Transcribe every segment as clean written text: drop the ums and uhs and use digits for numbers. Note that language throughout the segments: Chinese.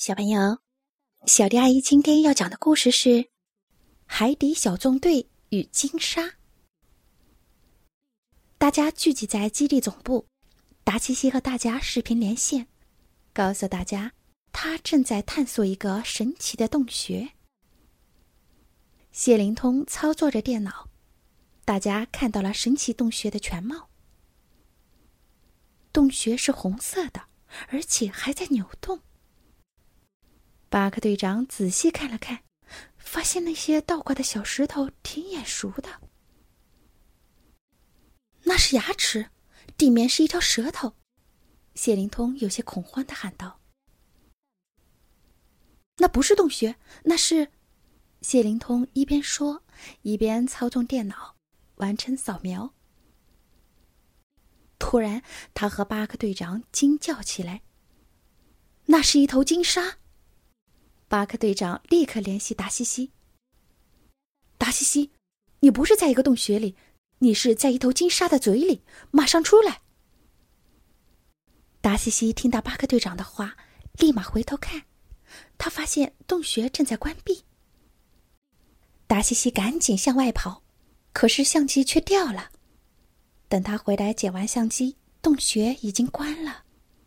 小朋友，小迪阿姨今天要讲的故事是《海底小纵队与金鲨》。大家聚集在基地总部，达西西和大家视频连线，告诉大家他正在探索一个神奇的洞穴。谢灵通操作着电脑，大家看到了神奇洞穴的全貌。洞穴是红色的，而且还在扭动。巴克队长仔细看了看，发现那些倒挂的小石头挺眼熟的。那是牙齿，地面是一条舌头。谢灵通有些恐慌地喊道：“那不是洞穴，那是……”谢灵通一边说，一边操纵电脑，完成扫描。突然，他和巴克队长惊叫起来：“那是一头金鲨！”巴克队长立刻联系达西西。达西西，你不是在一个洞穴里，你是在一头金鲨的嘴里，马上出来！达西西听到巴克队长的话，立马回头看，他发现洞穴正在关闭。达西西赶紧向外跑，可是相机却掉了。等他回来捡完相机，洞穴已经关了。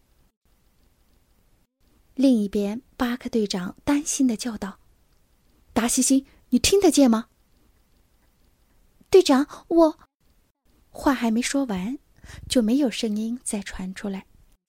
另一边，巴克队长担心地叫道：“达西西，你听得见吗？”队长，我……话还没说完，就没有声音再传出来。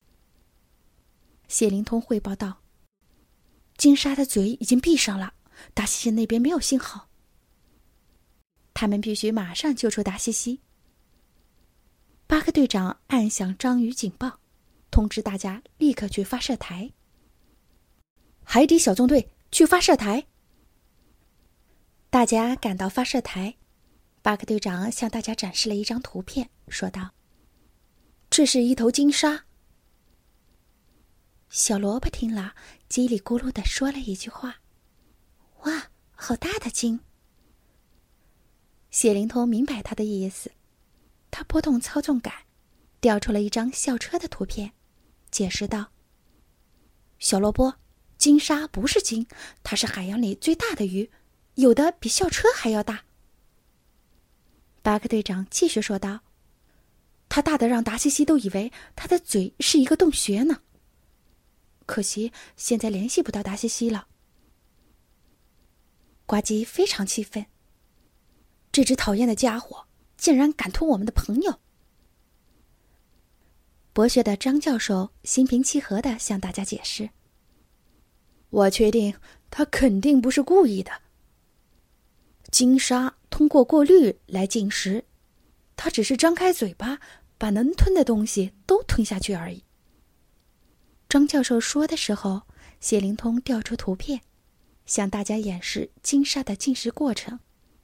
谢灵通汇报道：“金鲨的嘴已经闭上了，达西西那边没有信号。他们必须马上救出达西西。”巴克队长按响章鱼警报，通知大家立刻去发射台。海底小纵队去发射台！大家赶到发射台，巴克队长向大家展示了一张图片，说道：“这是一头金鲨。”小萝卜听了，叽里咕噜地说了一句话：“哇，好大的金！”谢灵通明白他的意思，他拨动操纵杆，调出了一张校车的图片，解释道：“小萝卜，金鲨不是鲸，它是海洋里最大的鱼，有的比校车还要大。”巴克队长继续说道：“它大得让达西西都以为它的嘴是一个洞穴呢。可惜现在联系不到达西西了。”呱唧非常气愤，这只讨厌的家伙竟然敢吞我们的朋友。博学的张教授心平气和地向大家解释：“我确定他肯定不是故意的。金鲨通过过滤来进食，他只是张开嘴巴，把能吞的东西都吞下去而已。”张教授说的时候，谢灵通调出图片，向大家演示金鲨的进食过程。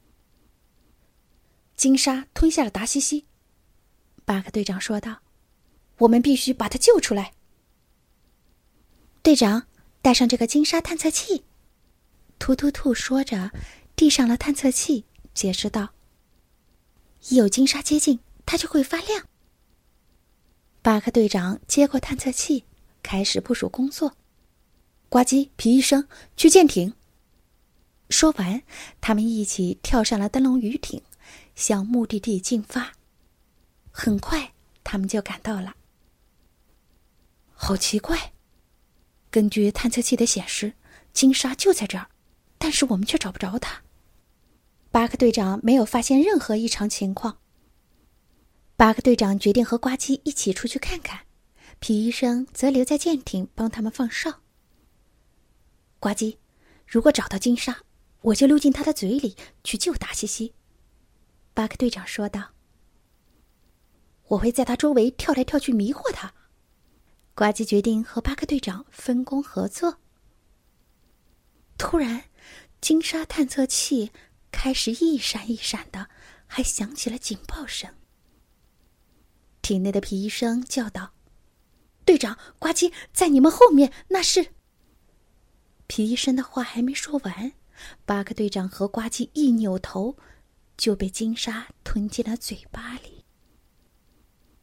金鲨吞下了达西西，巴克队长说道：“我们必须把他救出来。”队长，带上这个金鲨探测器。突突兔说着，递上了探测器，解释道：“一有金鲨接近，它就会发亮。”巴克队长接过探测器，开始部署工作。呱唧、皮医生，去舰艇。说完，他们一起跳上了灯笼鱼艇，向目的地进发。很快，他们就赶到了。好奇怪，根据探测器的显示，金鲨就在这儿，但是我们却找不着它。巴克队长没有发现任何异常情况。巴克队长决定和呱唧一起出去看看，皮医生则留在舰艇帮他们放哨。呱唧，如果找到金鲨，我就溜进他的嘴里去救达西西。巴克队长说道：“我会在他周围跳来跳去迷惑他。”呱唧决定和巴克队长分工合作。突然，金鲨探测器开始一闪一闪的，还响起了警报声。艇内的皮医生叫道：“队长，呱唧在你们后面，那是……”皮医生的话还没说完，巴克队长和呱唧一扭头，就被金鲨吞进了嘴巴里。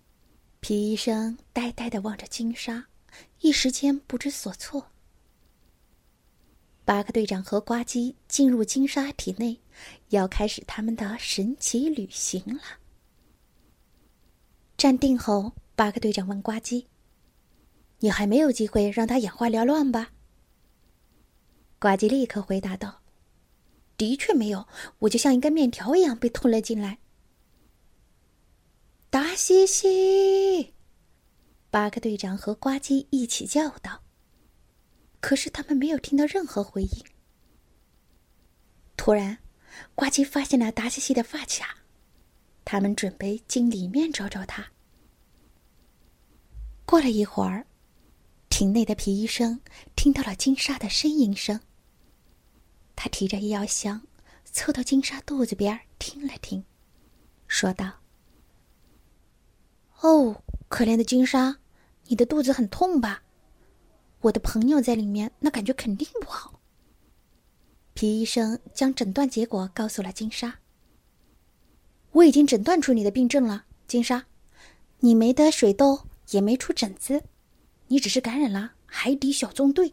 皮医生呆呆地望着金鲨，一时间不知所措。 巴克队长和呱唧进入金鲨体内，要开始他们的神奇旅行了。站定后，巴克队长问呱唧：“你还没有机会让它眼花缭乱吧？”呱唧立刻回答道：“的确没有，我就像一根面条一样被吞了进来。”达西西！巴克队长和呱唧一起叫道。可是他们没有听到任何回应。突然，呱唧发现了达西西的发卡，他们准备进里面找找他。过了一会儿，艇内的皮医生听到了金鲨的呻吟声。他提着医药箱，凑到金鲨肚子边听了听，说道：“哦，可怜的金鲨，你的肚子很痛吧？我的朋友在里面，那感觉肯定不好。”皮医生将诊断结果告诉了金鲨。“我已经诊断出你的病症了，金鲨，你没得水痘，也没出疹子，你只是感染了海底小纵队。”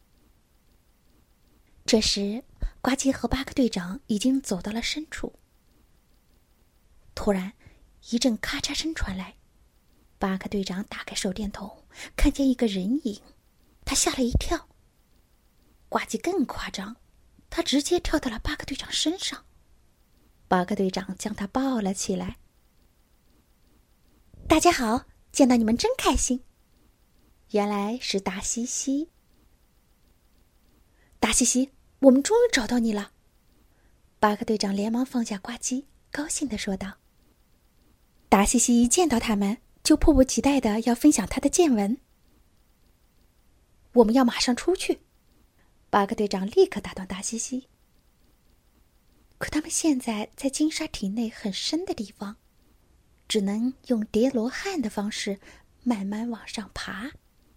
这时，呱唧和巴克队长已经走到了深处。突然，一阵咔嚓声传来，巴克队长打开手电筒，看见一个人影，他吓了一跳。呱唧更夸张，他直接跳到了巴克队长身上。巴克队长将他抱了起来。“大家好，见到你们真开心。”原来是达西西。“达西西，我们终于找到你了！”巴克队长连忙放下呱唧，高兴地说道。达西西一见到他们，就迫不及待地要分享他的见闻。“我们要马上出去！”巴克队长立刻打断达西西。可他们现在在金鲨体内很深的地方，只能用叠罗汉的方式慢慢往上爬。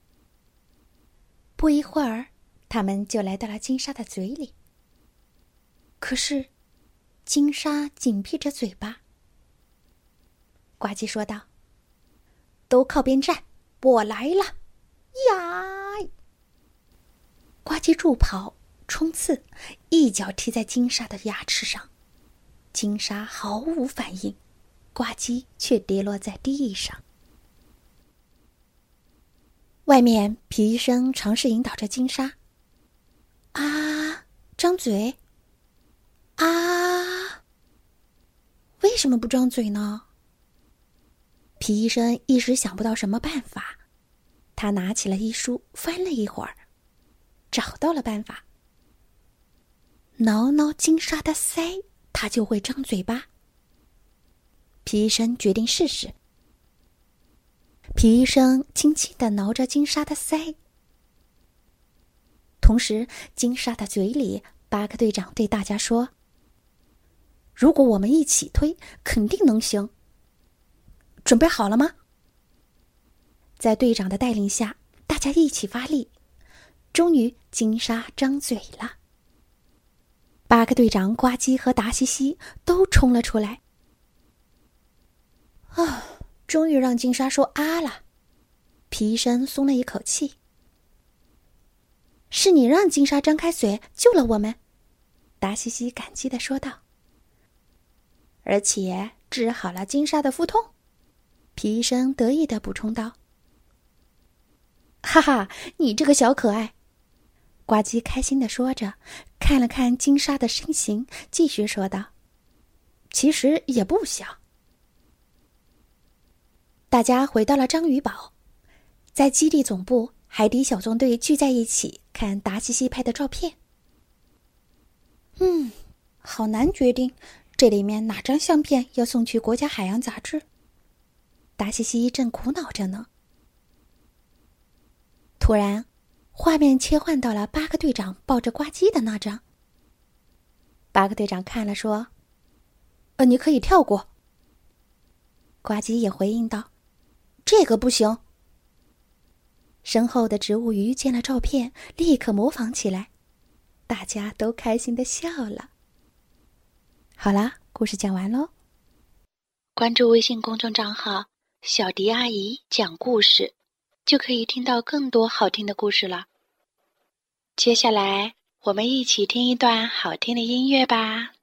不一会儿，他们就来到了金鲨的嘴里。可是，金鲨紧闭着嘴巴。呱唧说道：“都靠边站，我来了！”呀！呱唧助跑、冲刺，一脚踢在金鲨的牙齿上，金鲨毫无反应，呱唧却跌落在地上。外面，皮医生尝试引导着金鲨：“啊，张嘴！啊，为什么不张嘴呢？”皮医生一时想不到什么办法，他拿起了医书，翻了一会儿，找到了办法。挠挠金鲨的腮，它就会张嘴巴。皮医生决定试试。皮医生轻轻地挠着金鲨的腮，同时金鲨的嘴里，巴克队长对大家说：“如果我们一起推，肯定能行。准备好了吗？”在队长的带领下，大家一起发力，终于金鲨张嘴了。巴克队长、呱唧和达西西都冲了出来。啊，终于让金鲨说啊了，皮医生松了一口气。“是你让金鲨张开嘴救了我们，”达西西感激地说道。“而且治好了金鲨的腹痛。”皮医生得意地补充道。“哈哈，你这个小可爱！”呱唧开心地说着，看了看金鲨的身形，继续说道：“其实也不小。”大家回到了章鱼堡，在基地总部，海底小纵队聚在一起看达西西拍的照片。好难决定，这里面哪张相片要送去国家海洋杂志？达西西正苦恼着呢。突然，画面切换到了巴克队长抱着呱唧的那张。巴克队长看了说：“你可以跳过。”呱唧也回应道：“这个不行。”身后的植物鱼见了照片，立刻模仿起来，大家都开心地笑了。好啦，故事讲完喽。关注微信公众账号“小迪阿姨讲故事”，就可以听到更多好听的故事了。接下来我们一起听一段好听的音乐吧。